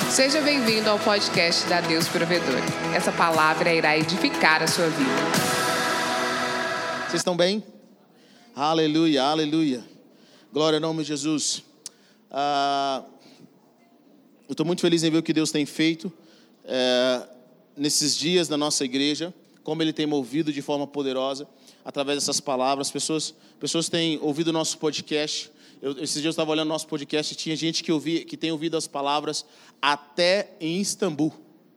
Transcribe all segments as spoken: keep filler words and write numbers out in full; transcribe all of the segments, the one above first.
Seja bem-vindo ao podcast da Deus Provedor. Essa palavra irá edificar a sua vida. Vocês estão bem? Aleluia, aleluia. Glória ao nome de Jesus. Ah, eu estou muito feliz em ver o que Deus tem feito é, nesses dias na nossa igreja, como Ele tem movido de forma poderosa através dessas palavras. Pessoas, pessoas têm ouvido o nosso podcast. Eu, esses dias eu estava olhando o nosso podcast e tinha gente que, ouvi, que tem ouvido as palavras até em Istambul.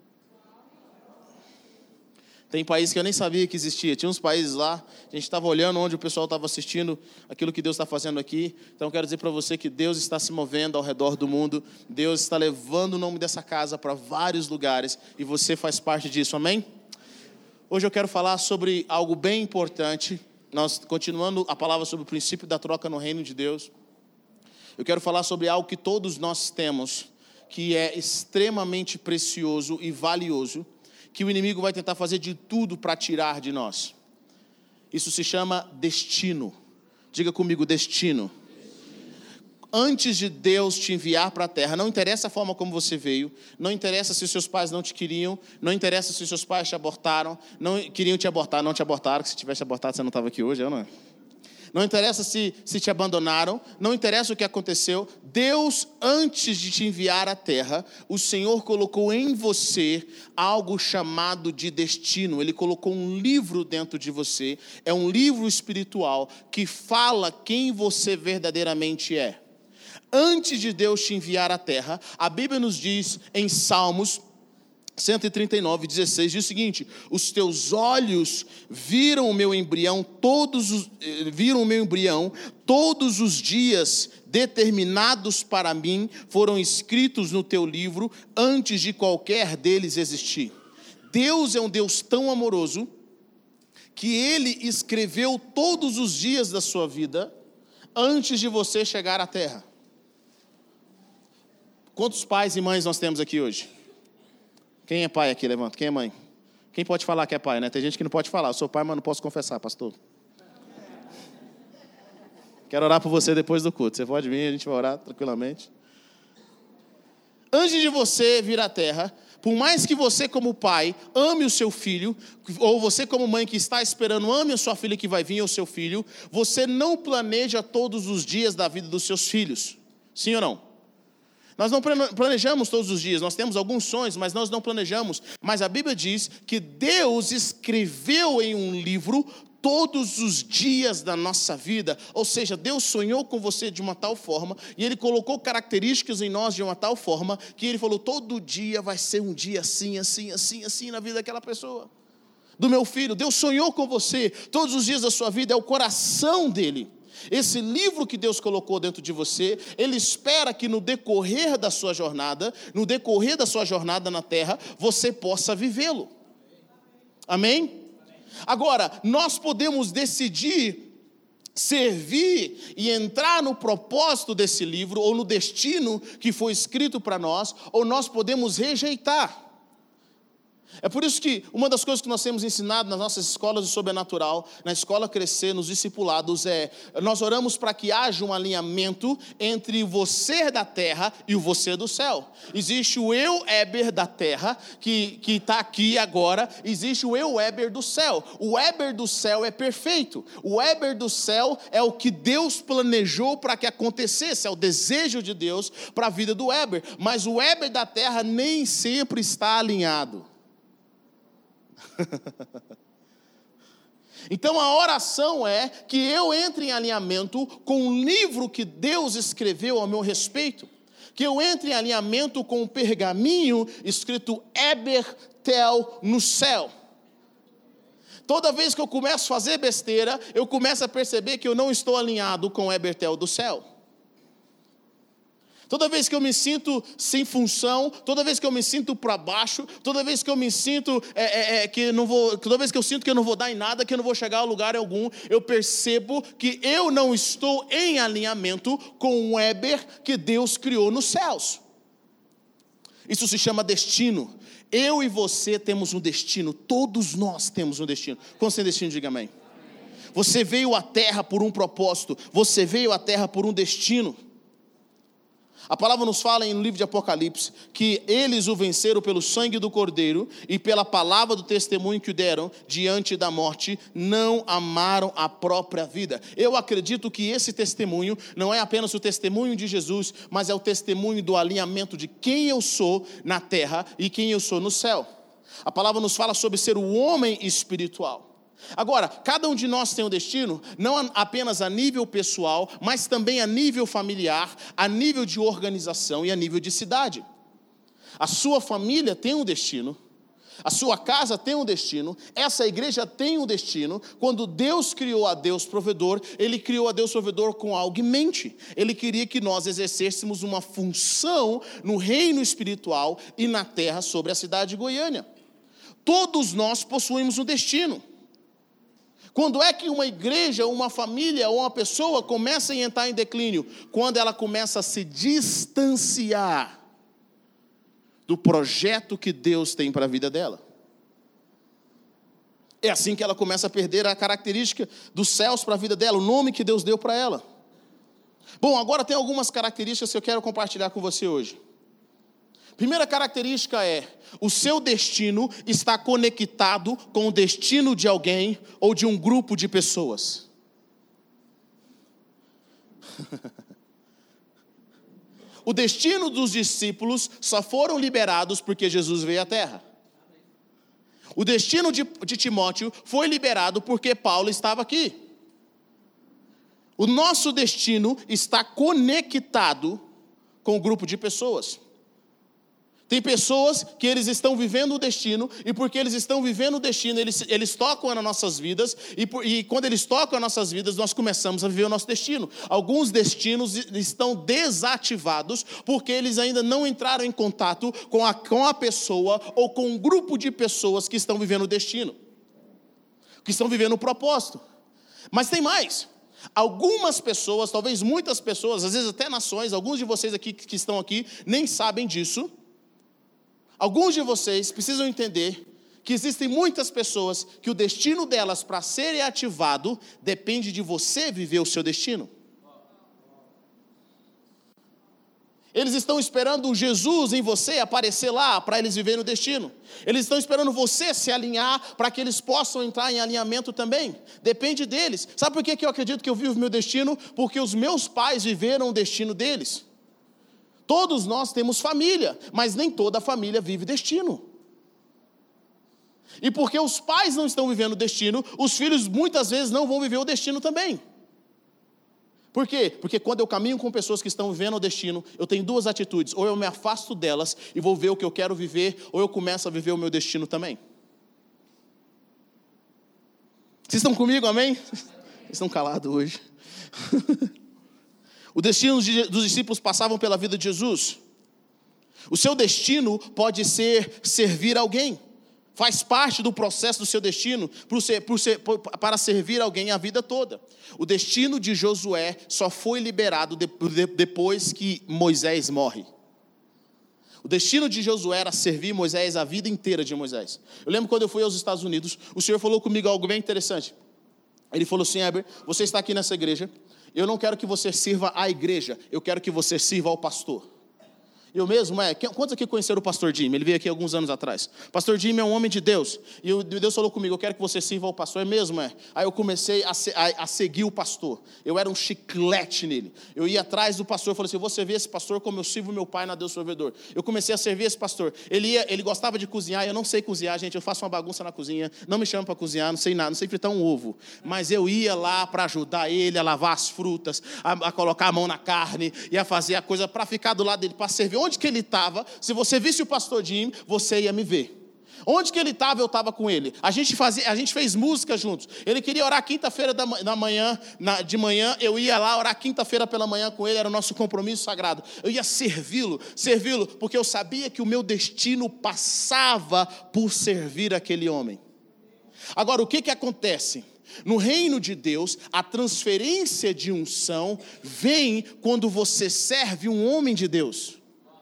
Tem países que eu nem sabia que existia. Tinha uns países lá, a gente estava olhando onde o pessoal estava assistindo aquilo que Deus está fazendo aqui. Então eu quero dizer para você que Deus está se movendo ao redor do mundo. Deus está levando o nome dessa casa para vários lugares e você faz parte disso, amém? Hoje eu quero falar sobre algo bem importante. Nós continuando a palavra sobre o princípio da troca no reino de Deus. Eu quero falar sobre algo que todos nós temos, que é extremamente precioso e valioso, que o inimigo vai tentar fazer de tudo para tirar de nós. Isso se chama destino. Diga comigo, destino. Antes de Deus te enviar para a terra, não interessa a forma como você veio, não interessa se seus pais não te queriam, não interessa se seus pais te abortaram, não queriam te abortar, não te abortaram, que se tivesse abortado você não estava aqui hoje, eu não é? Não interessa se, se te abandonaram, não interessa o que aconteceu. Deus, antes de te enviar à terra, o Senhor colocou em você algo chamado de destino. Ele colocou um livro dentro de você. É um livro espiritual que fala quem você verdadeiramente é. Antes de Deus te enviar à terra, a Bíblia nos diz em Salmos cento e trinta e nove, dezesseis, diz o seguinte: os teus olhos viram o meu embrião todos os, viram o meu embrião todos os dias determinados para mim foram escritos no teu livro antes de qualquer deles existir. Deus é um Deus tão amoroso que Ele escreveu todos os dias da sua vida antes de você chegar à terra. Quantos pais e mães nós temos aqui hoje? Quem é pai aqui? Levanta. Quem é mãe? Quem pode falar que é pai, né? Tem gente que não pode falar. Eu sou pai, mas não posso confessar, pastor. Quero orar por você depois do culto. Você pode vir, a gente vai orar tranquilamente. Antes de você vir à terra, por mais que você como pai ame o seu filho, ou você como mãe que está esperando ame a sua filha que vai vir, ou seu filho, você não planeja todos os dias da vida dos seus filhos. Sim ou não? Nós não planejamos todos os dias, nós temos alguns sonhos, mas nós não planejamos. Mas a Bíblia diz que Deus escreveu em um livro todos os dias da nossa vida. Ou seja, Deus sonhou com você de uma tal forma, e Ele colocou características em nós de uma tal forma, que Ele falou, todo dia vai ser um dia assim, assim, assim, assim na vida daquela pessoa. Do meu filho, Deus sonhou com você, todos os dias da sua vida, é o coração dEle. Esse livro que Deus colocou dentro de você, Ele espera que no decorrer da sua jornada, no decorrer da sua jornada na terra, você possa vivê-lo. Amém? Agora, nós podemos decidir servir e entrar no propósito desse livro, ou no destino que foi escrito para nós, ou nós podemos rejeitar. É por isso que uma das coisas que nós temos ensinado nas nossas escolas de sobrenatural, na escola Crescer, nos discipulados, é nós oramos para que haja um alinhamento entre o você da terra e o você do céu. Existe o eu, Éber, da terra, que está aqui agora, existe o eu, Éber, do céu. O Éber do céu é perfeito. O Éber do céu é o que Deus planejou para que acontecesse, é o desejo de Deus para a vida do Éber. Mas o Éber da terra nem sempre está alinhado. Então a oração é que eu entre em alinhamento com o livro que Deus escreveu ao meu respeito, que eu entre em alinhamento com o pergaminho escrito Éber Tel no céu. Toda vez que eu começo a fazer besteira, eu começo a perceber que eu não estou alinhado com o Éber Tel do céu. Toda vez que eu me sinto sem função, toda vez que eu me sinto para baixo, toda vez que eu me sinto é, é, é, que não vou, toda vez que eu sinto que eu não vou dar em nada, que eu não vou chegar a lugar algum, eu percebo que eu não estou em alinhamento com o Éber que Deus criou nos céus. Isso se chama destino. Eu e você temos um destino, todos nós temos um destino. Quando tem destino, diga amém. Você veio à terra por um propósito, você veio à terra por um destino. A palavra nos fala no livro de Apocalipse que eles o venceram pelo sangue do Cordeiro e pela palavra do testemunho que o deram diante da morte, não amaram a própria vida. Eu acredito que esse testemunho não é apenas o testemunho de Jesus, mas é o testemunho do alinhamento de quem eu sou na terra e quem eu sou no céu. A palavra nos fala sobre ser o homem espiritual. Agora, cada um de nós tem um destino, não apenas a nível pessoal, mas também a nível familiar, a nível de organização e a nível de cidade. A sua família tem um destino, a sua casa tem um destino, essa igreja tem um destino. Quando Deus criou a Deus provedor, Ele criou a Deus provedor com algo em mente. Ele queria que nós exercêssemos uma função no reino espiritual e na terra sobre a cidade de Goiânia. Todos nós possuímos um destino. Quando é que uma igreja, uma família ou uma pessoa começa a entrar em declínio? Quando ela começa a se distanciar do projeto que Deus tem para a vida dela. É assim que ela começa a perder a característica dos céus para a vida dela, o nome que Deus deu para ela. Bom, agora tem algumas características que eu quero compartilhar com você hoje. Primeira característica é: o seu destino está conectado com o destino de alguém ou de um grupo de pessoas. O destino dos discípulos só foram liberados porque Jesus veio à terra. O destino de, de Timóteo foi liberado porque Paulo estava aqui. O nosso destino está conectado com o grupo de pessoas. Tem pessoas que eles estão vivendo o destino, e porque eles estão vivendo o destino, eles, eles tocam nas nossas vidas, e, por, e quando eles tocam nas nossas vidas, nós começamos a viver o nosso destino. Alguns destinos estão desativados, porque eles ainda não entraram em contato com a, com a pessoa, ou com um grupo de pessoas que estão vivendo o destino, que estão vivendo o propósito. Mas tem mais. Algumas pessoas, talvez muitas pessoas, às vezes até nações, alguns de vocês aqui que estão aqui, nem sabem disso. Alguns de vocês precisam entender que existem muitas pessoas que o destino delas para serem ativado depende de você viver o seu destino. Eles estão esperando Jesus em você aparecer lá para eles viverem o destino. Eles estão esperando você se alinhar para que eles possam entrar em alinhamento também. Depende deles. Sabe por que eu acredito que eu vivo o meu destino? Porque os meus pais viveram o destino deles. Todos nós temos família, mas nem toda família vive destino. E porque os pais não estão vivendo o destino, os filhos muitas vezes não vão viver o destino também. Por quê? Porque quando eu caminho com pessoas que estão vivendo o destino, eu tenho duas atitudes: ou eu me afasto delas e vou ver o que eu quero viver, ou eu começo a viver o meu destino também. Vocês estão comigo, amém? Vocês estão calados hoje. O destino dos discípulos passavam pela vida de Jesus. O seu destino pode ser servir alguém. Faz parte do processo do seu destino por ser, por ser, por, para servir alguém a vida toda. O destino de Josué só foi liberado de, de, depois que Moisés morre. O destino de Josué era servir Moisés a vida inteira de Moisés. Eu lembro quando eu fui aos Estados Unidos, o Senhor falou comigo algo bem interessante. Ele falou assim: Heber, você está aqui nessa igreja, eu não quero que você sirva a igreja, eu quero que você sirva ao pastor. Eu mesmo, é, quantos aqui conheceram o pastor Jimmy? Ele veio aqui alguns anos atrás. Pastor Jimmy é um homem de Deus. E Deus falou comigo: eu quero que você sirva ao pastor. É mesmo, é. Aí eu comecei a, a, a seguir o pastor. Eu era um chiclete nele. Eu ia atrás do pastor, eu falei assim: eu vou servir esse pastor como eu sirvo meu pai na Deus Provedor. Eu comecei a servir esse pastor. Ele, ia, ele gostava de cozinhar, eu não sei cozinhar, gente. Eu faço uma bagunça na cozinha. Não me chama para cozinhar, não sei nada, não sei fritar um ovo. Mas eu ia lá para ajudar ele a lavar as frutas, a, a colocar a mão na carne, e a fazer a coisa para ficar do lado dele, para servir. Onde que ele estava, se você visse o pastor Jim, você ia me ver. Onde que ele estava, eu estava com ele. A gente, fazia, a gente fez música juntos. Ele queria orar quinta-feira da, da manhã, na, de manhã, eu ia lá orar quinta-feira pela manhã com ele, era o nosso compromisso sagrado. Eu ia servi-lo, servi-lo, porque eu sabia que o meu destino passava por servir aquele homem. Agora, o que que acontece? No reino de Deus, a transferência de unção vem quando você serve um homem de Deus.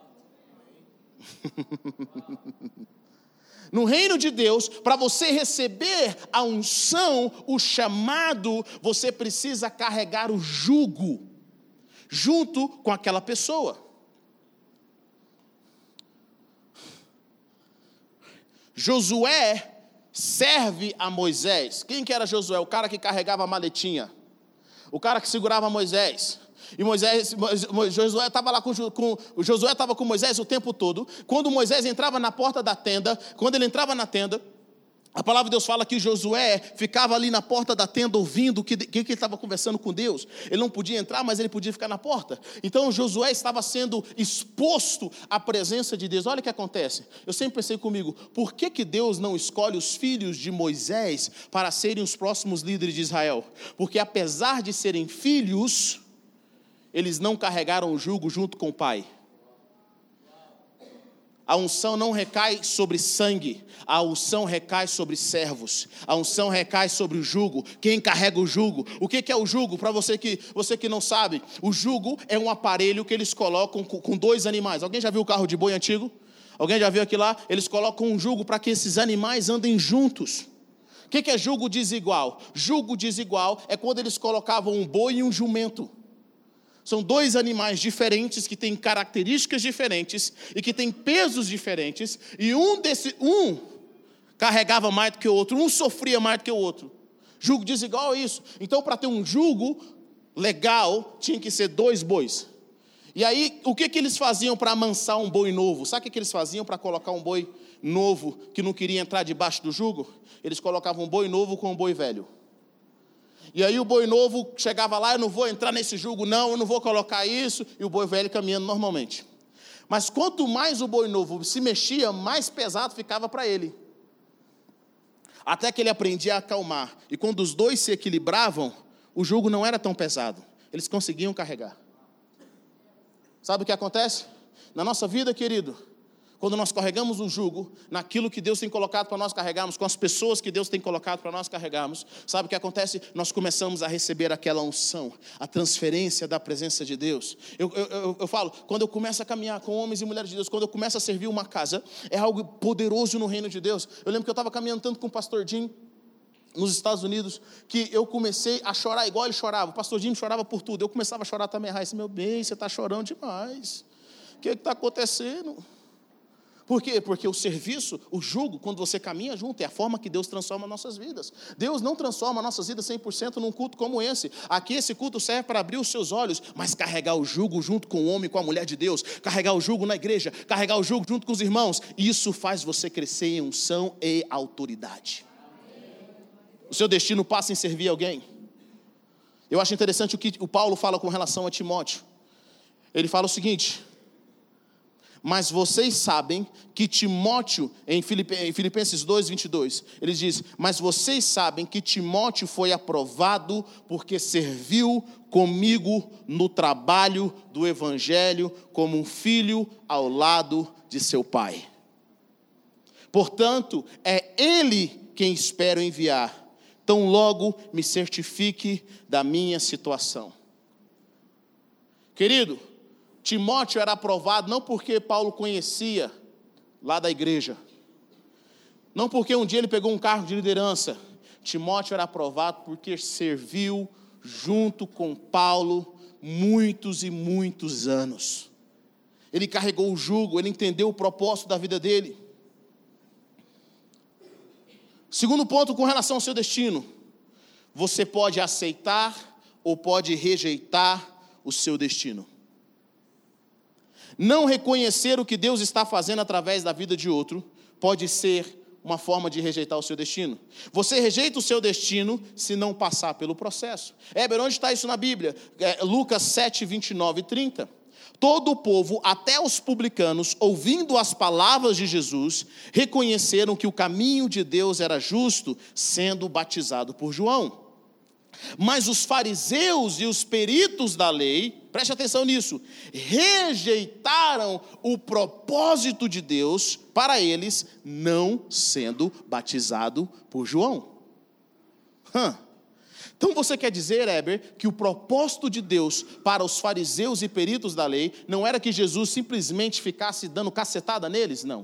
No reino de Deus, para você receber a unção, o chamado, você precisa carregar o jugo junto com aquela pessoa. Josué serve a Moisés. Quem que era Josué? O cara que carregava a maletinha. O cara que segurava Moisés. E Moisés, Josué estava lá com, com Josué estava com Moisés o tempo todo. Quando Moisés entrava na porta da tenda, quando ele entrava na tenda, a palavra de Deus fala que Josué ficava ali na porta da tenda ouvindo o que, que, que ele estava conversando com Deus. Ele não podia entrar, mas ele podia ficar na porta. Então Josué estava sendo exposto à presença de Deus. Olha o que acontece. Eu sempre pensei comigo, por que, que Deus não escolhe os filhos de Moisés para serem os próximos líderes de Israel? Porque apesar de serem filhos, eles não carregaram o jugo junto com o pai. A unção não recai sobre sangue, a unção recai sobre servos, a unção recai sobre o jugo. Quem carrega o jugo? O que é o jugo? Para você que, você que não sabe, o jugo é um aparelho que eles colocam com, com dois animais. Alguém já viu o carro de boi antigo? Alguém já viu aqui lá? Eles colocam um jugo para que esses animais andem juntos. O que é jugo desigual? Jugo desigual é quando eles colocavam um boi e um jumento. São dois animais diferentes que têm características diferentes e que têm pesos diferentes, e um desse um carregava mais do que o outro, um sofria mais do que o outro. Jugo desigual é isso. Então, para ter um jugo legal, tinha que ser dois bois. E aí, o que, que eles faziam para amansar um boi novo? Sabe o que, que eles faziam para colocar um boi novo que não queria entrar debaixo do jugo? Eles colocavam um boi novo com um boi velho. E aí o boi novo chegava lá, eu não vou entrar nesse jugo não, eu não vou colocar isso, e o boi velho caminhando normalmente. Mas quanto mais o boi novo se mexia, mais pesado ficava para ele. Até que ele aprendia a acalmar. E quando os dois se equilibravam, o jugo não era tão pesado. Eles conseguiam carregar. Sabe o que acontece? Na nossa vida, querido, quando nós carregamos o jugo, naquilo que Deus tem colocado para nós carregarmos, com as pessoas que Deus tem colocado para nós carregarmos, sabe o que acontece? Nós começamos a receber aquela unção, a transferência da presença de Deus. Eu, eu, eu, eu falo, quando eu começo a caminhar com homens e mulheres de Deus, quando eu começo a servir uma casa, é algo poderoso no reino de Deus. Eu lembro que eu estava caminhando tanto com o pastor Jim, nos Estados Unidos, que eu comecei a chorar igual ele chorava. O pastor Jim chorava por tudo, eu começava a chorar também. Ah, meu bem, você está chorando demais. O que está acontecendo? Por quê? Porque o serviço, o jugo, quando você caminha junto, é a forma que Deus transforma nossas vidas. Deus não transforma nossas vidas cem por cento num culto como esse. Aqui esse culto serve para abrir os seus olhos, mas carregar o jugo junto com o homem e com a mulher de Deus, carregar o jugo na igreja, carregar o jugo junto com os irmãos, isso faz você crescer em unção e autoridade. O seu destino passa em servir alguém. Eu acho interessante o que o Paulo fala com relação a Timóteo. Ele fala o seguinte: mas vocês sabem que Timóteo, em Filipenses dois, vinte e dois, ele diz, mas vocês sabem que Timóteo foi aprovado porque serviu comigo no trabalho do evangelho como um filho ao lado de seu pai. Portanto, é ele quem espero enviar, tão logo me certifique da minha situação. Querido, Timóteo era aprovado não porque Paulo conhecia lá da igreja, não porque um dia ele pegou um cargo de liderança. Timóteo era aprovado porque serviu junto com Paulo muitos e muitos anos. Ele carregou o jugo, ele entendeu o propósito da vida dele. Segundo ponto, com relação ao seu destino, você pode aceitar ou pode rejeitar o seu destino. Não reconhecer o que Deus está fazendo através da vida de outro pode ser uma forma de rejeitar o seu destino. Você rejeita o seu destino se não passar pelo processo. Éber, onde está isso na Bíblia? É, Lucas sete, vinte e nove e trinta. Todo o povo, até os publicanos, ouvindo as palavras de Jesus, reconheceram que o caminho de Deus era justo, sendo batizado por João. Mas os fariseus e os peritos da lei, preste atenção nisso, rejeitaram o propósito de Deus para eles, não sendo batizado por João. Hum. Então você quer dizer, Éber, que o propósito de Deus para os fariseus e peritos da lei não era que Jesus simplesmente ficasse dando cacetada neles? Não.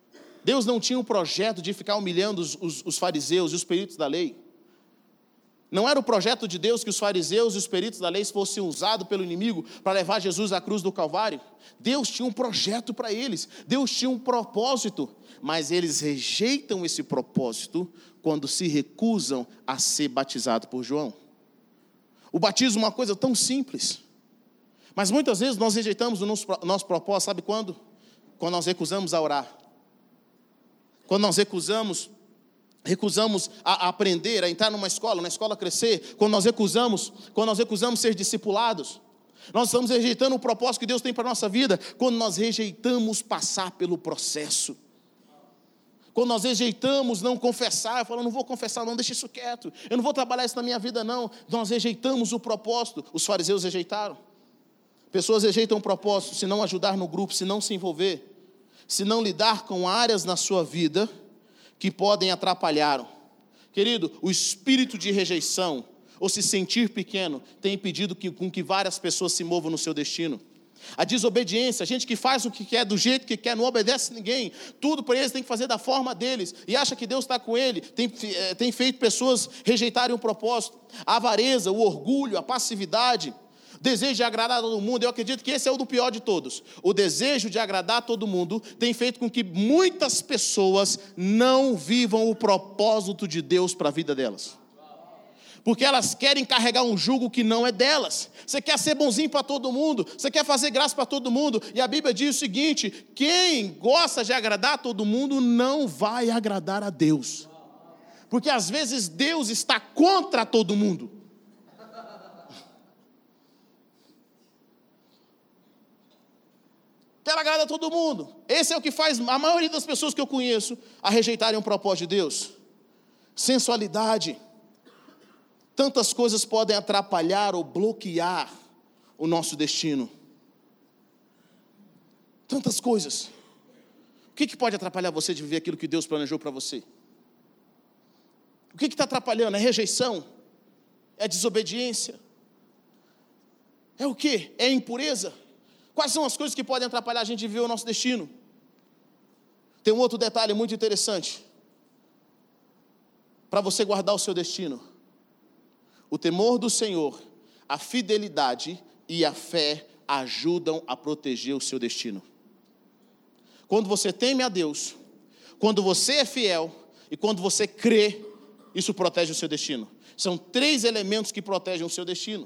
Deus não tinha um projeto de ficar humilhando os, os, os fariseus e os peritos da lei. Não era o projeto de Deus que os fariseus e os peritos da lei fossem usados pelo inimigo para levar Jesus à cruz do Calvário. Deus tinha um projeto para eles, Deus tinha um propósito, mas eles rejeitam esse propósito quando se recusam a ser batizados por João. O batismo é uma coisa tão simples, mas muitas vezes nós rejeitamos o nosso, nosso propósito, sabe quando? Quando nós recusamos a orar, quando nós recusamos Recusamos a aprender, a entrar numa escola, na escola crescer, quando nós recusamos, quando nós recusamos ser discipulados, nós estamos rejeitando o propósito que Deus tem para a nossa vida, quando nós rejeitamos passar pelo processo, quando nós rejeitamos não confessar, eu falo, não vou confessar não, deixa isso quieto, eu não vou trabalhar isso na minha vida não, nós rejeitamos o propósito, os fariseus rejeitaram, pessoas rejeitam o propósito, se não ajudar no grupo, se não se envolver, se não lidar com áreas na sua vida, que podem atrapalhar. Querido, o espírito de rejeição, ou se sentir pequeno, tem impedido que, com que várias pessoas se movam no seu destino. A desobediência, a gente que faz o que quer, do jeito que quer, não obedece ninguém, tudo para eles tem que fazer da forma deles, e acha que Deus está com ele, tem, tem feito pessoas rejeitarem o propósito. A avareza, o orgulho, a passividade, desejo de agradar a todo mundo, eu acredito que esse é o do pior de todos. O desejo de agradar a todo mundo tem feito com que muitas pessoas não vivam o propósito de Deus para a vida delas. Porque elas querem carregar um jugo que não é delas. Você quer ser bonzinho para todo mundo, você quer fazer graça para todo mundo, e a Bíblia diz o seguinte, quem gosta de agradar a todo mundo não vai agradar a Deus. Porque às vezes Deus está contra todo mundo. Quero agradar a todo mundo. Esse é o que faz a maioria das pessoas que eu conheço a rejeitarem o propósito de Deus. Sensualidade. Tantas coisas podem atrapalhar ou bloquear o nosso destino. Tantas coisas. O que, que pode atrapalhar você de viver aquilo que Deus planejou para você? O que está atrapalhando? É rejeição? É desobediência? É o quê? É impureza? Quais são as coisas que podem atrapalhar a gente de viver o nosso destino? Tem um outro detalhe muito interessante. Para você guardar o seu destino. O temor do Senhor, a fidelidade e a fé ajudam a proteger o seu destino. Quando você teme a Deus, quando você é fiel e quando você crê, isso protege o seu destino. São três elementos que protegem o seu destino.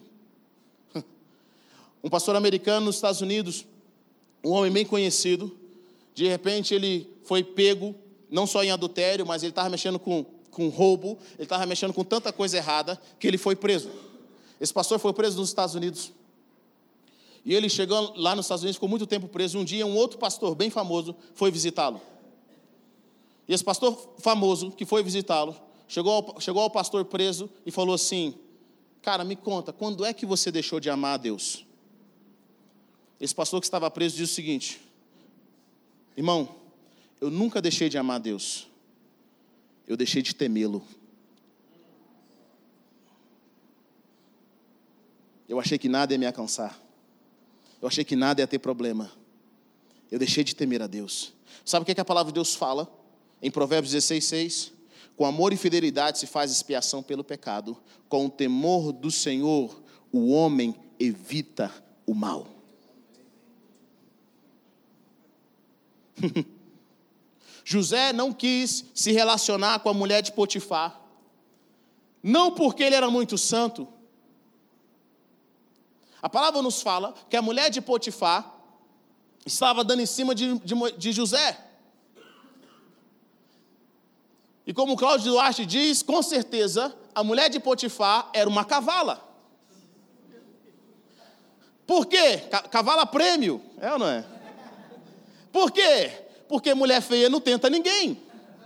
Um pastor americano nos Estados Unidos, um homem bem conhecido, de repente ele foi pego, não só em adultério, mas ele estava mexendo com, com roubo, ele estava mexendo com tanta coisa errada, que ele foi preso. Esse pastor foi preso nos Estados Unidos. E ele chegou lá nos Estados Unidos, ficou muito tempo preso. Um dia um outro pastor bem famoso foi visitá-lo. E esse pastor famoso que foi visitá-lo, chegou ao, chegou ao pastor preso e falou assim, cara, me conta, quando é que você deixou de amar a Deus? Esse pastor que estava preso disse o seguinte, irmão, eu nunca deixei de amar a Deus, eu deixei de temê-lo. Eu achei que nada ia me alcançar, eu achei que nada ia ter problema, eu deixei de temer a Deus. Sabe o que, é que a palavra de Deus fala? Em Provérbios dezesseis, seis, com amor e fidelidade se faz expiação pelo pecado, com o temor do Senhor o homem evita o mal. José não quis se relacionar com a mulher de Potifar, não porque ele era muito santo. A palavra nos fala que a mulher de Potifar estava dando em cima de, de, de José. E como o Cláudio Duarte diz, com certeza, a mulher de Potifar era uma cavala. Por quê? Cavala prêmio, é ou não é? Por quê? Porque mulher feia não tenta ninguém.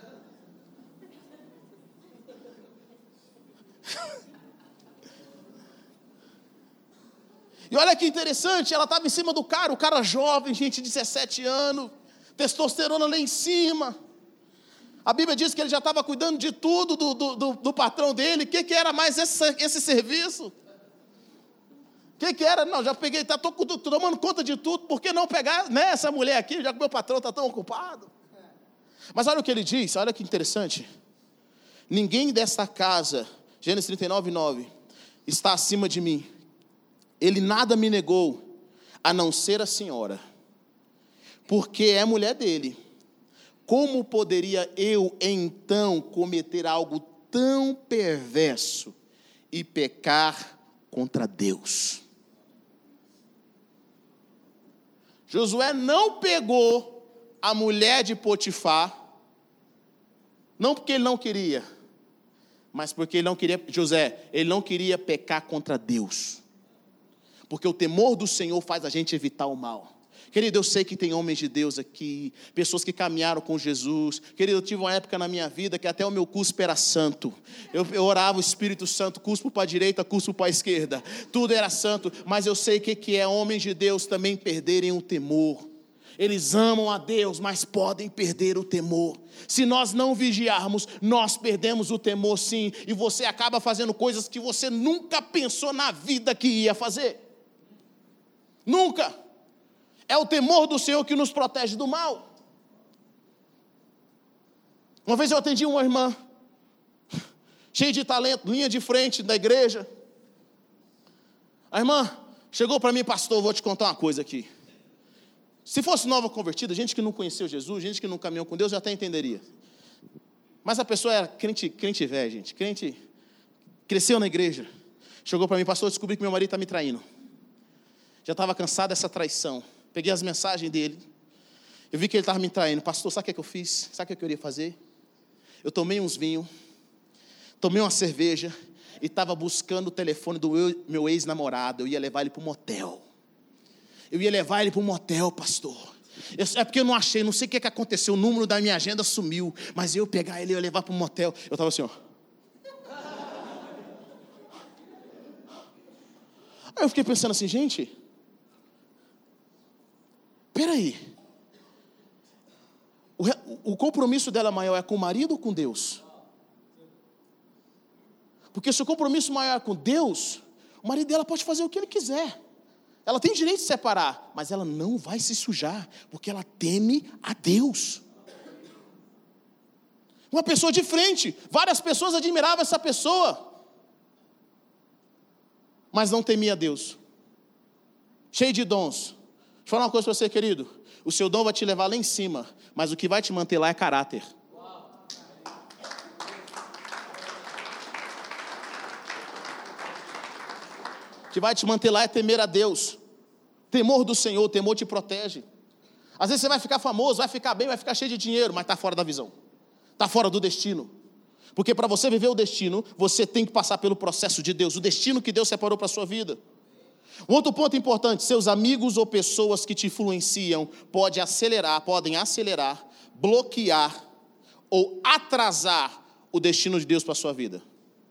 E olha que interessante, ela estava em cima do cara, o cara jovem, gente, dezessete anos, testosterona lá em cima. A Bíblia diz que ele já estava cuidando de tudo do, do, do, do patrão dele. O que, que era mais esse, esse serviço? O que, que era? Não, já peguei, tá, tô, tô tomando conta de tudo, por que não pegar, né, essa mulher aqui, já que meu patrão está tão ocupado? Mas olha o que ele diz, olha que interessante. Ninguém dessa casa Gênesis trinta e nove, nove. Está acima de mim. Ele nada me negou, a não ser a senhora, porque é mulher dele. Como poderia eu, então, cometer algo tão perverso e pecar contra Deus? Josué não pegou a mulher de Potifar, não porque ele não queria, mas porque ele não queria, José, ele não queria pecar contra Deus. Porque o temor do Senhor faz a gente evitar o mal. Querido, eu sei que tem homens de Deus aqui, pessoas que caminharam com Jesus. Querido, eu tive uma época na minha vida que até o meu cuspo era santo. Eu, eu orava o Espírito Santo, cuspo para a direita, cuspo para a esquerda. Tudo era santo, mas eu sei que, que é homens de Deus também perderem o temor. Eles amam a Deus, mas podem perder o temor. Se nós não vigiarmos, nós perdemos o temor sim. E você acaba fazendo coisas que você nunca pensou na vida que ia fazer. Nunca. É o temor do Senhor que nos protege do mal. Uma vez eu atendi uma irmã, cheia de talento, linha de frente da igreja. A irmã chegou para mim, pastor, vou te contar uma coisa aqui. Se fosse nova convertida, gente que não conheceu Jesus, gente que não caminhou com Deus, eu até entenderia. Mas a pessoa era crente, crente velho, gente, crente, cresceu na igreja. Chegou para mim, pastor, eu descobri que meu marido está me traindo. Já estava cansado dessa traição. Peguei as mensagens dele. Eu vi que ele estava me traindo. Pastor, sabe o que, é que eu fiz? Sabe o que eu queria fazer? Eu tomei uns vinhos, tomei uma cerveja e estava buscando o telefone do meu ex-namorado. Eu ia levar ele para um motel. Eu ia levar ele para um motel, pastor. Eu, é porque eu não achei, não sei o que, que aconteceu. O número da minha agenda sumiu. Mas eu pegar ele e ia levar para um motel. Eu estava assim, ó. Aí eu fiquei pensando assim, gente... Peraí, o, o compromisso dela maior é com o marido ou com Deus? Porque se o compromisso maior é com Deus, o marido dela pode fazer o que ele quiser. Ela tem direito de separar, mas ela não vai se sujar, porque ela teme a Deus. Uma pessoa de frente, várias pessoas admiravam essa pessoa, mas não temia a Deus. Cheio de dons. Deixa eu falar uma coisa para você, querido. O seu dom vai te levar lá em cima, mas o que vai te manter lá é caráter. O que vai te manter lá é temer a Deus. Temor do Senhor, temor te protege. Às vezes você vai ficar famoso, vai ficar bem, vai ficar cheio de dinheiro, mas está fora da visão. Está fora do destino. Porque para você viver o destino, você tem que passar pelo processo de Deus. O destino que Deus separou para a sua vida. Um outro ponto importante, seus amigos ou pessoas que te influenciam pode acelerar, podem acelerar, bloquear ou atrasar o destino de Deus para a sua vida.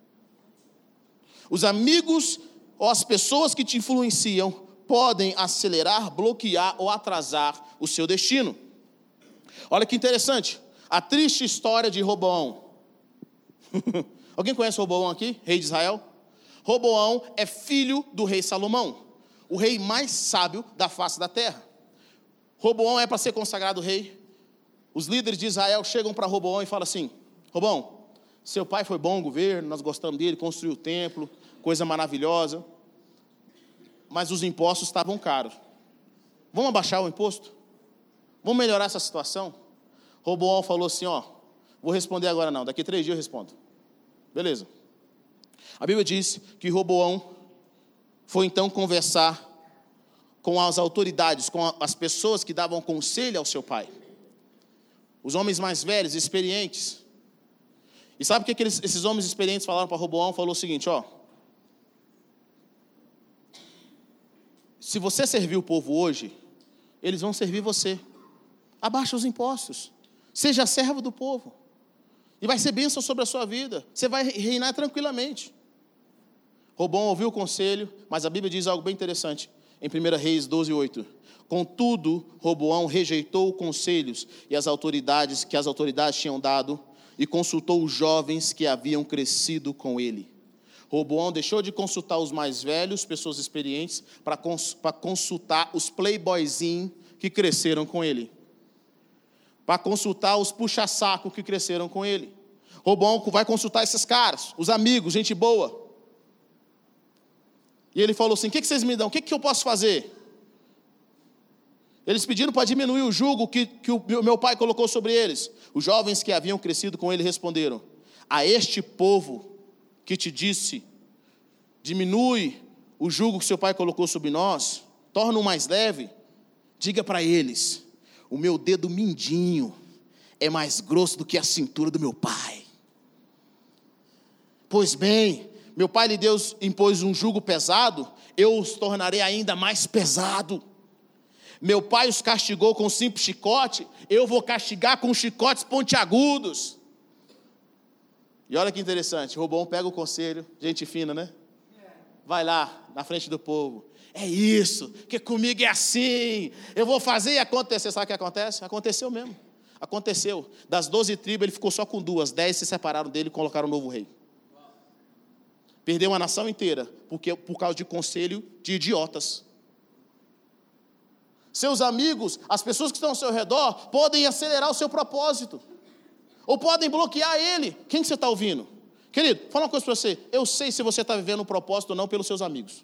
Os amigos ou as pessoas que te influenciam podem acelerar, bloquear ou atrasar o seu destino. Olha que interessante, a triste história de Roboão. Alguém conhece Roboão aqui, rei de Israel? Roboão é filho do rei Salomão, o rei mais sábio da face da terra. Roboão é para ser consagrado rei. Os líderes de Israel chegam para Roboão e falam assim, Roboão, seu pai foi bom governo, nós gostamos dele, construiu o templo, coisa maravilhosa, mas os impostos estavam caros. Vamos abaixar o imposto? Vamos melhorar essa situação? Roboão falou assim, ó, vou responder agora não, daqui a três dias eu respondo. Beleza. A Bíblia diz que Roboão foi então conversar com as autoridades, com as pessoas que davam conselho ao seu pai. Os homens mais velhos, experientes. E sabe o que aqueles, esses homens experientes falaram para Roboão? Falou o seguinte, ó. Se você servir o povo hoje, eles vão servir você. Abaixa os impostos. Seja servo do povo. E vai ser bênção sobre a sua vida. Você vai reinar tranquilamente. Roboão ouviu o conselho, mas a Bíblia diz algo bem interessante. Em primeira Reis doze, oito. Contudo, Roboão rejeitou os conselhos e as autoridades que as autoridades tinham dado e consultou os jovens que haviam crescido com ele. Roboão deixou de consultar os mais velhos, pessoas experientes, para cons- para consultar os playboyzinhos que cresceram com ele. Para consultar os puxa-saco que cresceram com ele. Roboão vai consultar esses caras, os amigos, gente boa. E ele falou assim: o que vocês me dão? O que eu posso fazer? Eles pediram para diminuir o jugo que, que o meu pai colocou sobre eles. Os jovens que haviam crescido com ele responderam: a este povo que te disse, diminui o jugo que seu pai colocou sobre nós, torna-o mais leve, diga para eles: o meu dedo mindinho é mais grosso do que a cintura do meu pai. Pois bem, meu pai lhe Deus impôs um jugo pesado, eu os tornarei ainda mais pesado. Meu pai os castigou com um simples chicote, eu vou castigar com chicotes pontiagudos. E olha que interessante, Roboão pega o conselho, gente fina, né? Vai lá, na frente do povo. É isso, que comigo é assim, eu vou fazer e acontecer. Sabe o que acontece? Aconteceu mesmo, aconteceu. Das doze tribos ele ficou só com duas, dez se separaram dele e colocaram um novo rei. Perdeu uma nação inteira, porque, por causa de conselho de idiotas. Seus amigos, as pessoas que estão ao seu redor, podem acelerar o seu propósito, ou podem bloquear ele. Quem que você está ouvindo? Querido, fala uma coisa para você. Eu sei se você está vivendo um propósito ou não pelos seus amigos.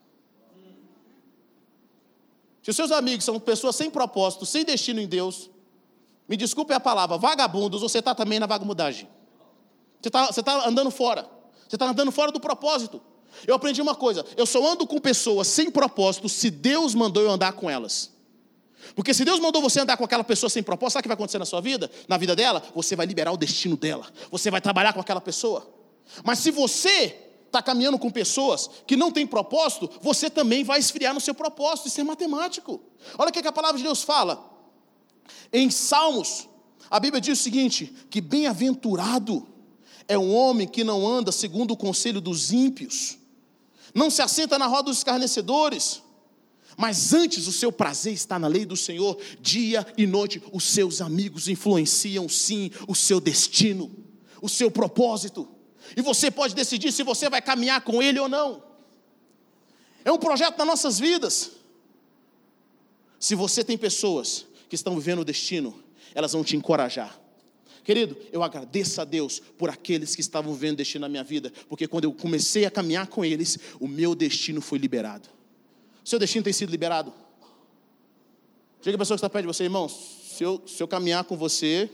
Se os seus amigos são pessoas sem propósito, sem destino em Deus, me desculpe a palavra, vagabundos, você está também na vagabundagem. Você está você tá andando fora. Você está andando fora do propósito. Eu aprendi uma coisa: eu só ando com pessoas sem propósito se Deus mandou eu andar com elas. Porque se Deus mandou você andar com aquela pessoa sem propósito, sabe o que vai acontecer na sua vida? Na vida dela, você vai liberar o destino dela. Você vai trabalhar com aquela pessoa. Mas se você está caminhando com pessoas que não têm propósito, você também vai esfriar no seu propósito. Isso é matemático. Olha o que a palavra de Deus fala. Em Salmos, a Bíblia diz o seguinte: que bem-aventurado é um homem que não anda segundo o conselho dos ímpios, não se assenta na roda dos escarnecedores, mas antes o seu prazer está na lei do Senhor, dia e noite. Os seus amigos influenciam sim o seu destino, o seu propósito, e você pode decidir se você vai caminhar com ele ou não. É um projeto nas nossas vidas. Se você tem pessoas que estão vivendo o destino, elas vão te encorajar. Querido, eu agradeço a Deus por aqueles que estavam vivendo destino na minha vida, porque quando eu comecei a caminhar com eles, o meu destino foi liberado. O seu destino tem sido liberado? Chega a pessoa que está perto de você: irmão, se eu, se eu caminhar com você,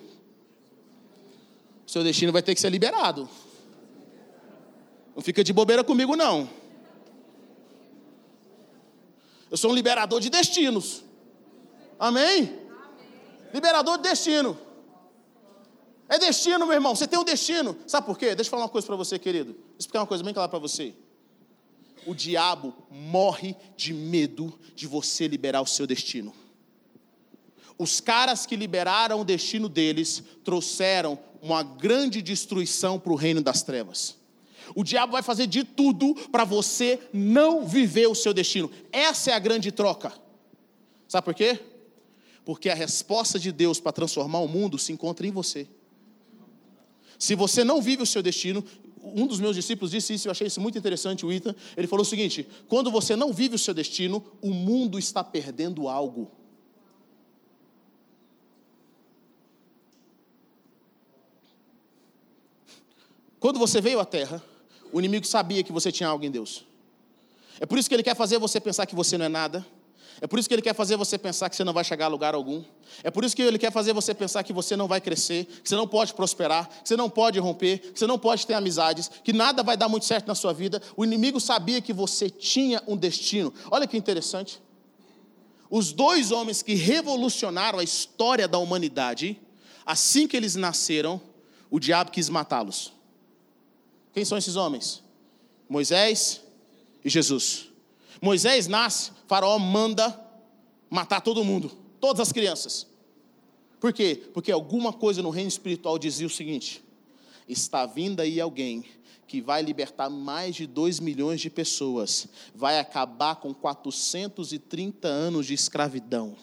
o seu destino vai ter que ser liberado. Não fica de bobeira comigo, não. Eu sou um liberador de destinos. Amém? Amém. Liberador de destino. É destino, meu irmão, você tem um destino. Sabe por quê? Deixa eu falar uma coisa para você, querido. Vou explicar uma coisa bem clara para você. O diabo morre de medo de você liberar o seu destino. Os caras que liberaram o destino deles trouxeram uma grande destruição para o reino das trevas. O diabo vai fazer de tudo para você não viver o seu destino. Essa é a grande troca. Sabe por quê? Porque a resposta de Deus para transformar o mundo se encontra em você. Se você não vive o seu destino, um dos meus discípulos disse isso, eu achei isso muito interessante, o Ita. Ele falou o seguinte: quando você não vive o seu destino, o mundo está perdendo algo. Quando você veio à terra, o inimigo sabia que você tinha algo em Deus. É por isso que ele quer fazer você pensar que você não é nada. É por isso que ele quer fazer você pensar que você não vai chegar a lugar algum. É por isso que ele quer fazer você pensar que você não vai crescer, que você não pode prosperar, que você não pode romper, que você não pode ter amizades, que nada vai dar muito certo na sua vida. O inimigo sabia que você tinha um destino. Olha que interessante. Os dois homens que revolucionaram a história da humanidade, assim que eles nasceram, o diabo quis matá-los. Quem são esses homens? Moisés e Jesus. Moisés nasce, Faraó manda matar todo mundo, todas as crianças. Por quê? Porque alguma coisa no reino espiritual dizia o seguinte: está vindo aí alguém que vai libertar mais de dois milhões de pessoas, vai acabar com quatrocentos e trinta anos de escravidão,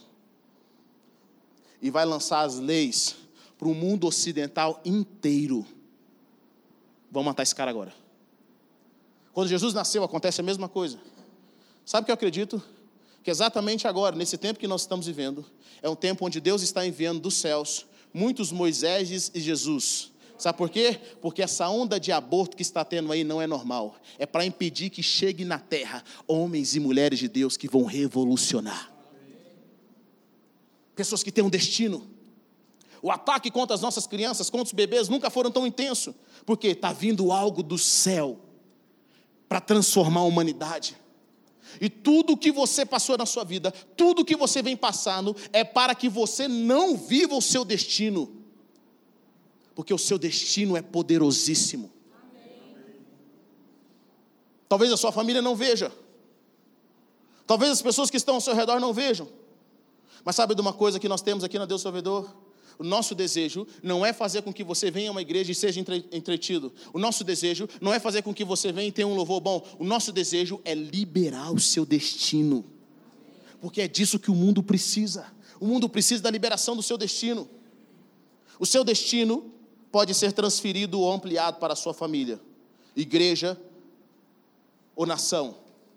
e vai lançar as leis para o mundo ocidental inteiro. Vamos matar esse cara agora. Quando Jesus nasceu, acontece a mesma coisa. Sabe o que eu acredito? Que exatamente agora, nesse tempo que nós estamos vivendo, é um tempo onde Deus está enviando dos céus muitos Moisés e Jesus, Sabe por quê? Porque essa onda de aborto que está tendo aí não é normal. É para impedir que chegue na terra homens e mulheres de Deus que vão revolucionar. Pessoas que têm um destino. O ataque contra as nossas crianças, contra os bebês, nunca foram tão intenso. Porque está vindo algo do céu para transformar a humanidade. E tudo que você passou na sua vida, tudo que você vem passando, é para que você não viva o seu destino. Porque o seu destino é poderosíssimo. Amém. Talvez a sua família não veja. Talvez as pessoas que estão ao seu redor não vejam. Mas sabe de uma coisa que nós temos aqui na Deus Salvador? O nosso desejo não é fazer com que você venha a uma igreja e seja entretido. O nosso desejo não é fazer com que você venha e tenha um louvor bom. O nosso desejo é liberar o seu destino. Porque é disso que o mundo precisa. O mundo precisa da liberação do seu destino. O seu destino pode ser transferido ou ampliado para a sua família, igreja ou nação.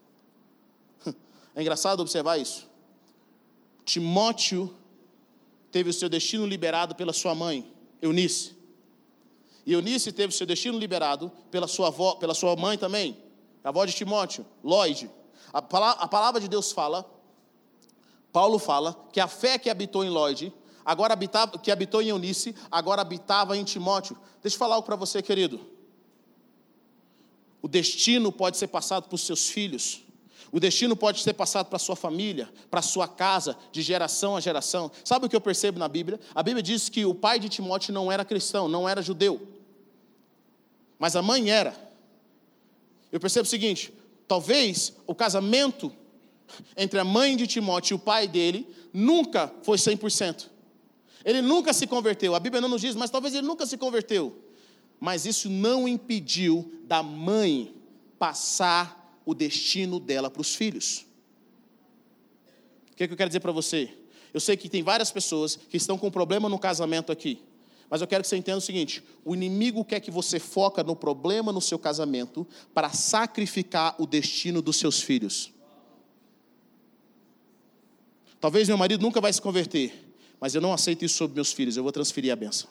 É engraçado observar isso. Timóteo teve o seu destino liberado pela sua mãe, Eunice. E Eunice teve o seu destino liberado pela sua avó, pela sua mãe também, a avó de Timóteo, Lóide. A palavra, a palavra de Deus fala, Paulo fala, que a fé que habitou em Lóide, agora habitava, que habitou em Eunice, agora habitava em Timóteo. Deixa eu falar algo para você, querido. O destino pode ser passado para os seus filhos. O destino pode ser passado para a sua família, para a sua casa, de geração a geração. Sabe o que eu percebo na Bíblia? A Bíblia diz que o pai de Timóteo não era cristão, não era judeu. Mas a mãe era. Eu percebo o seguinte, talvez o casamento entre a mãe de Timóteo e o pai dele nunca foi cem por cento. Ele nunca se converteu. A Bíblia não nos diz, mas talvez ele nunca se converteu. Mas isso não impediu da mãe passar o destino dela para os filhos. O que, é que eu quero dizer para você? Eu sei que tem várias pessoas que estão com problema no casamento aqui. Mas eu quero que você entenda o seguinte: o inimigo quer que você foque no problema no seu casamento para sacrificar o destino dos seus filhos. Talvez meu marido nunca vai se converter, mas eu não aceito isso sobre meus filhos, eu vou transferir a bênção.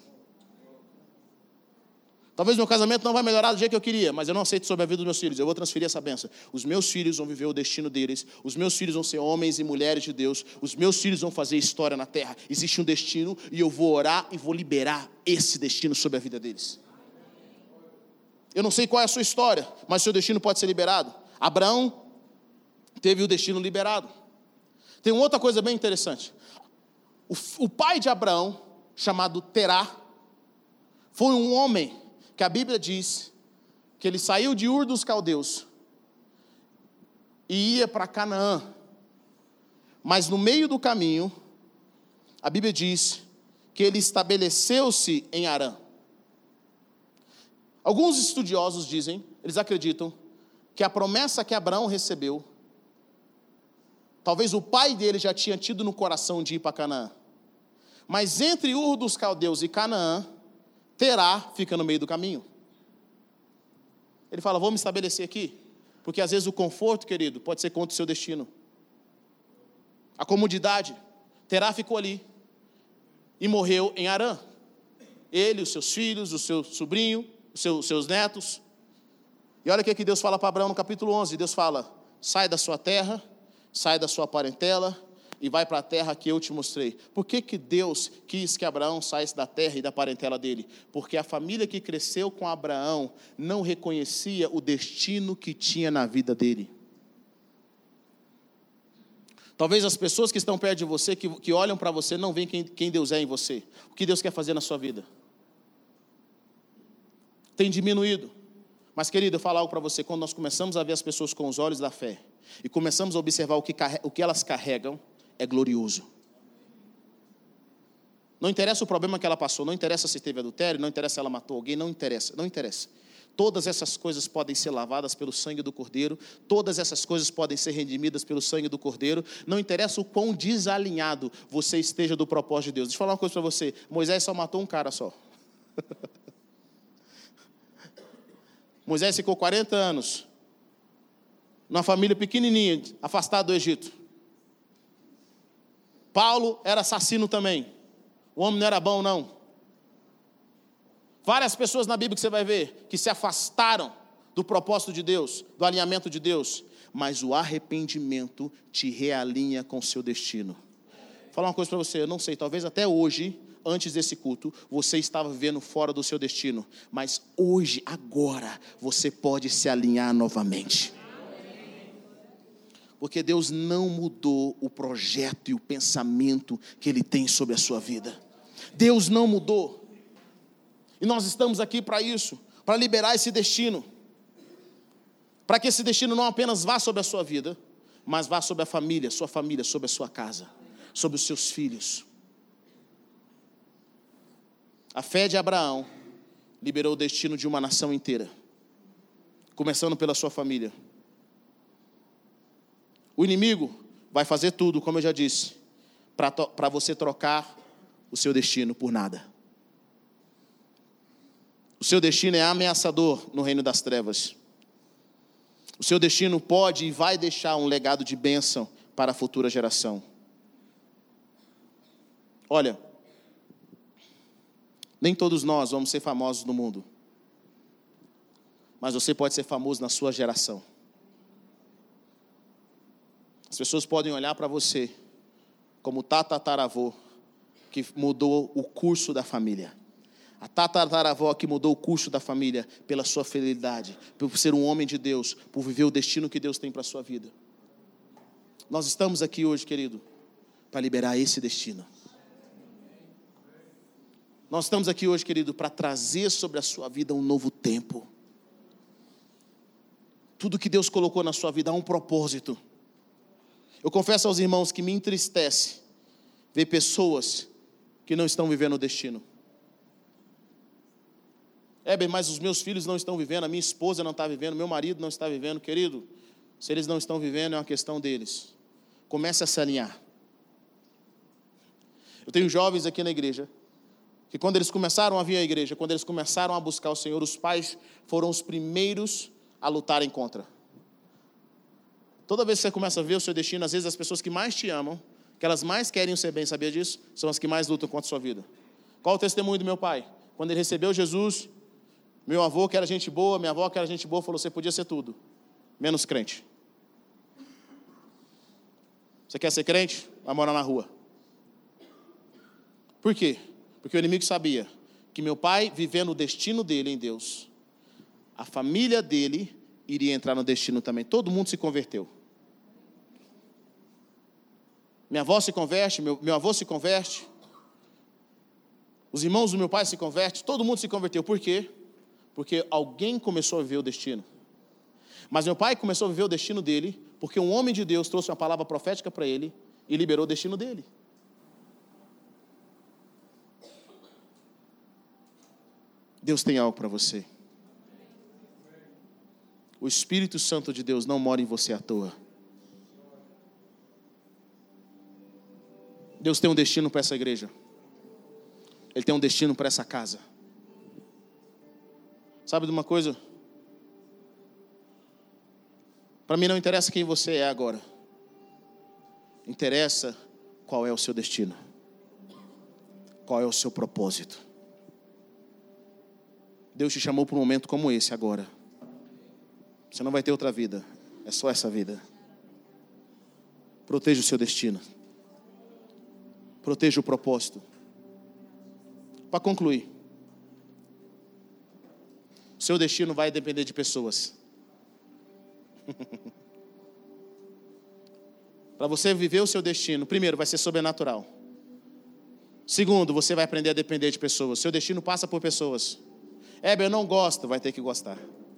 Talvez meu casamento não vai melhorar do jeito que eu queria, mas eu não aceito sobre a vida dos meus filhos, eu vou transferir essa bênção. Os meus filhos vão viver o destino deles, os meus filhos vão ser homens e mulheres de Deus, os meus filhos vão fazer história na terra. Existe um destino e eu vou orar e vou liberar esse destino sobre a vida deles. Eu não sei qual é a sua história, mas o seu destino pode ser liberado. Abraão teve o destino liberado. Tem uma outra coisa bem interessante. O, o pai de Abraão, chamado Terá, foi um homem que a Bíblia diz que ele saiu de Ur dos Caldeus e ia para Canaã. Mas no meio do caminho, a Bíblia diz que ele estabeleceu-se em Harã. Alguns estudiosos dizem, eles acreditam, que a promessa que Abraão recebeu, talvez o pai dele já tinha tido no coração de ir para Canaã. Mas entre Ur dos Caldeus e Canaã, Terá fica no meio do caminho. Ele fala, vou me estabelecer aqui. Porque às vezes o conforto, querido, pode ser contra o seu destino. A comodidade. Terá ficou ali. E morreu em Harã. Ele, os seus filhos, o seu sobrinho, os seus, seus netos. E olha o que Deus fala para Abraão no capítulo onze. Deus fala, sai da sua terra, sai da sua parentela e vai para a terra que eu te mostrei. Por que que Deus quis que Abraão saísse da terra e da parentela dele? Porque a família que cresceu com Abraão não reconhecia o destino que tinha na vida dele. Talvez as pessoas que estão perto de você, que, que olham para você, não veem quem, quem Deus é em você. O que Deus quer fazer na sua vida. Tem diminuído. Mas, querido, eu vou falar algo para você. Quando nós começamos a ver as pessoas com os olhos da fé e começamos a observar o que, o que elas carregam, é glorioso. Não interessa o problema que ela passou, não interessa se teve adultério, não interessa se ela matou alguém, não interessa, não interessa. Todas essas coisas podem ser lavadas pelo sangue do Cordeiro, todas essas coisas podem ser redimidas pelo sangue do Cordeiro, não interessa o quão desalinhado você esteja do propósito de Deus. Deixa eu falar uma coisa para você, Moisés só matou um cara só. Moisés ficou quarenta anos, numa família pequenininha, afastado do Egito. Paulo era assassino também. O homem não era bom, não. Várias pessoas na Bíblia que você vai ver que se afastaram do propósito de Deus, do alinhamento de Deus, mas o arrependimento te realinha com o seu destino. Vou falar uma coisa para você, eu não sei, talvez até hoje, antes desse culto, você estava vivendo fora do seu destino, mas hoje, agora, você pode se alinhar novamente. Porque Deus não mudou o projeto e o pensamento que Ele tem sobre a sua vida. Deus não mudou. E nós estamos aqui para isso, para liberar esse destino. Para que esse destino não apenas vá sobre a sua vida, mas vá sobre a família, sua família, sobre a sua casa, sobre os seus filhos. A fé de Abraão liberou o destino de uma nação inteira, começando pela sua família. O inimigo vai fazer tudo, como eu já disse, para você trocar o seu destino por nada. O seu destino é ameaçador no reino das trevas. O seu destino pode e vai deixar um legado de bênção para a futura geração. Olha, nem todos nós vamos ser famosos no mundo, mas você pode ser famoso na sua geração. As pessoas podem olhar para você como tatataravô que mudou o curso da família. A tatataravó que mudou o curso da família pela sua fidelidade, por ser um homem de Deus, por viver o destino que Deus tem para a sua vida. Nós estamos aqui hoje, querido, para liberar esse destino. Nós estamos aqui hoje, querido, para trazer sobre a sua vida um novo tempo. Tudo que Deus colocou na sua vida há um propósito. Eu confesso aos irmãos que me entristece ver pessoas que não estão vivendo o destino. É bem, mas os meus filhos não estão vivendo, a minha esposa não está vivendo, meu marido não está vivendo. Querido, se eles não estão vivendo, é uma questão deles. Comece a se alinhar. Eu tenho jovens aqui na igreja, que quando eles começaram a vir à igreja, quando eles começaram a buscar o Senhor, os pais foram os primeiros a lutarem contra. Toda vez que você começa a ver o seu destino, às vezes as pessoas que mais te amam, que elas mais querem o seu bem, sabia disso? São as que mais lutam contra a sua vida. Qual o testemunho do meu pai? Quando ele recebeu Jesus, meu avô, que era gente boa, minha avó, que era gente boa, falou: você podia ser tudo, menos crente. Você quer ser crente? Vai morar na rua. Por quê? Porque o inimigo sabia que meu pai, vivendo o destino dele em Deus, a família dele iria entrar no destino também. Todo mundo se converteu. Minha avó se converte, meu, meu avô se converte, os irmãos do meu pai se convertem, todo mundo se converteu. Por quê? Porque alguém começou a viver o destino. Mas meu pai começou a viver o destino dele, porque um homem de Deus trouxe uma palavra profética para ele e liberou o destino dele. Deus tem algo para você. O Espírito Santo de Deus não mora em você à toa. Deus tem um destino para essa igreja. Ele tem um destino para essa casa. Sabe de uma coisa? Para mim não interessa quem você é agora. Interessa qual é o seu destino. Qual é o seu propósito. Deus te chamou para um momento como esse agora. Você não vai ter outra vida. É só essa vida. Proteja o seu destino. Proteja o propósito. Para concluir, o seu destino vai depender de pessoas. Para você viver o seu destino, primeiro, vai ser sobrenatural. Segundo, você vai aprender a depender de pessoas. Seu destino passa por pessoas. É, eu não gosto, vai ter que gostar.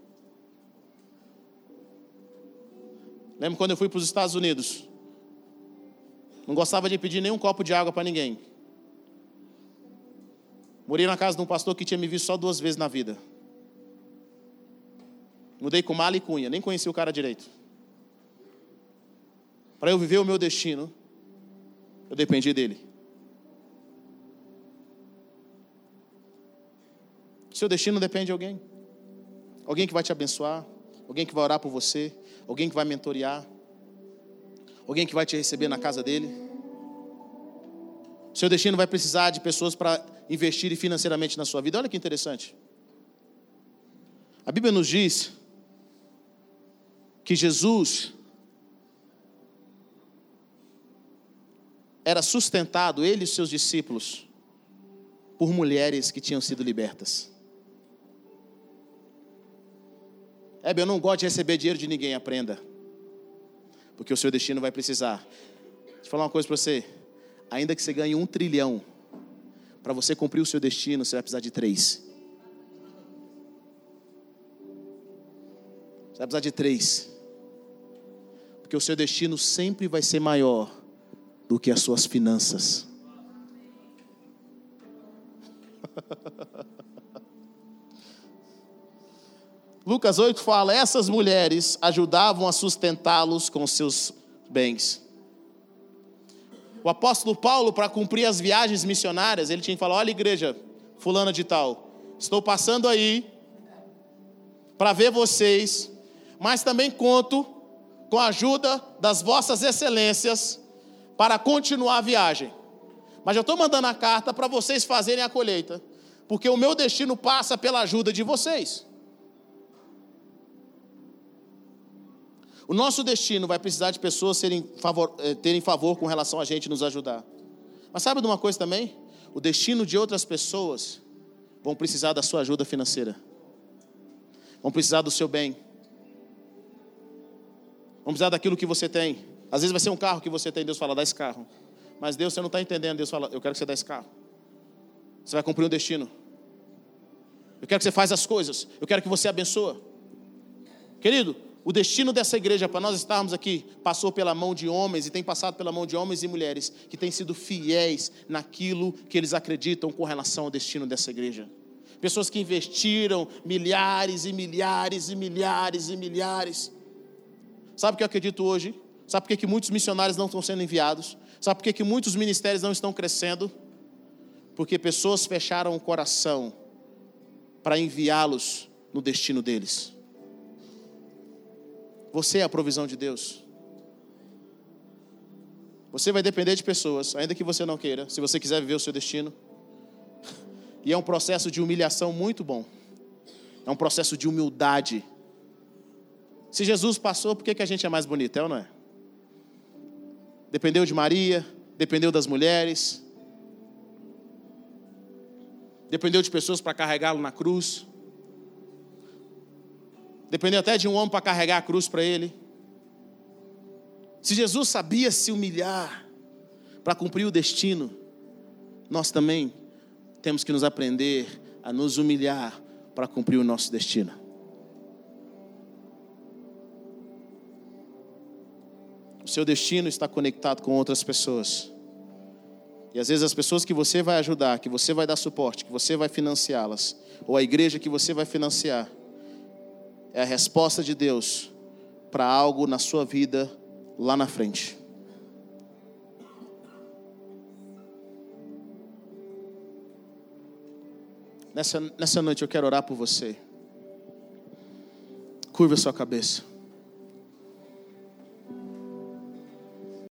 Lembro quando eu fui para os Estados Unidos. Não gostava de pedir nenhum copo de água para ninguém. Morei na casa de um pastor que tinha me visto só duas vezes na vida. Mudei com mala e cunha, nem conheci o cara direito. Para eu viver o meu destino, eu dependi dele. Seu destino depende de alguém. Alguém que vai te abençoar, alguém que vai orar por você, alguém que vai mentorear, alguém que vai te receber na casa dele. O seu destino vai precisar de pessoas para investirem financeiramente na sua vida. Olha que interessante. A Bíblia nos diz que Jesus era sustentado, ele e os seus discípulos, por mulheres que tinham sido libertas. É, eu não gosto de receber dinheiro de ninguém, aprenda. Porque o seu destino vai precisar. Deixa eu falar uma coisa para você. Ainda que você ganhe um trilhão, para você cumprir o seu destino, você vai precisar de três. Você vai precisar de três. Porque o seu destino sempre vai ser maior do que as suas finanças. Lucas oito fala, essas mulheres ajudavam a sustentá-los com seus bens. O apóstolo Paulo, para cumprir as viagens missionárias, ele tinha que falar, olha igreja fulana de tal, estou passando aí para ver vocês, mas também conto com a ajuda das vossas excelências para continuar a viagem. Mas eu estou mandando a carta para vocês fazerem a colheita, porque o meu destino passa pela ajuda de vocês. O nosso destino vai precisar de pessoas serem favor, terem favor com relação a gente nos ajudar. Mas sabe de uma coisa também? O destino de outras pessoas vão precisar da sua ajuda financeira. Vão precisar do seu bem. Vão precisar daquilo que você tem. Às vezes vai ser um carro que você tem, Deus fala, dá esse carro. Mas Deus, você não está entendendo, Deus fala, eu quero que você dê esse carro. Você vai cumprir um destino. Eu quero que você faça as coisas. Eu quero que você abençoe. Querido, o destino dessa igreja, para nós estarmos aqui, passou pela mão de homens e tem passado pela mão de homens e mulheres que têm sido fiéis naquilo que eles acreditam com relação ao destino dessa igreja. Pessoas que investiram milhares e milhares e milhares e milhares. Sabe o que eu acredito hoje? Sabe por que que muitos missionários não estão sendo enviados? Sabe por que que muitos ministérios não estão crescendo? Porque pessoas fecharam o coração para enviá-los no destino deles. Você é a provisão de Deus. Você vai depender de pessoas, ainda que você não queira, se você quiser viver o seu destino. E é um processo de humilhação muito bom. É um processo de humildade. Se Jesus passou, por que que a gente é mais bonito, é ou não é? Dependeu de Maria, dependeu das mulheres, dependeu de pessoas para carregá-lo na cruz. Dependeu até de um homem para carregar a cruz para ele. Se Jesus sabia se humilhar para cumprir o destino, nós também temos que nos aprender a nos humilhar para cumprir o nosso destino. O seu destino está conectado com outras pessoas. E às vezes as pessoas que você vai ajudar, que você vai dar suporte, que você vai financiá-las, ou a igreja que você vai financiar, é a resposta de Deus para algo na sua vida lá na frente. Nessa, nessa noite eu quero orar por você. Curva a sua cabeça.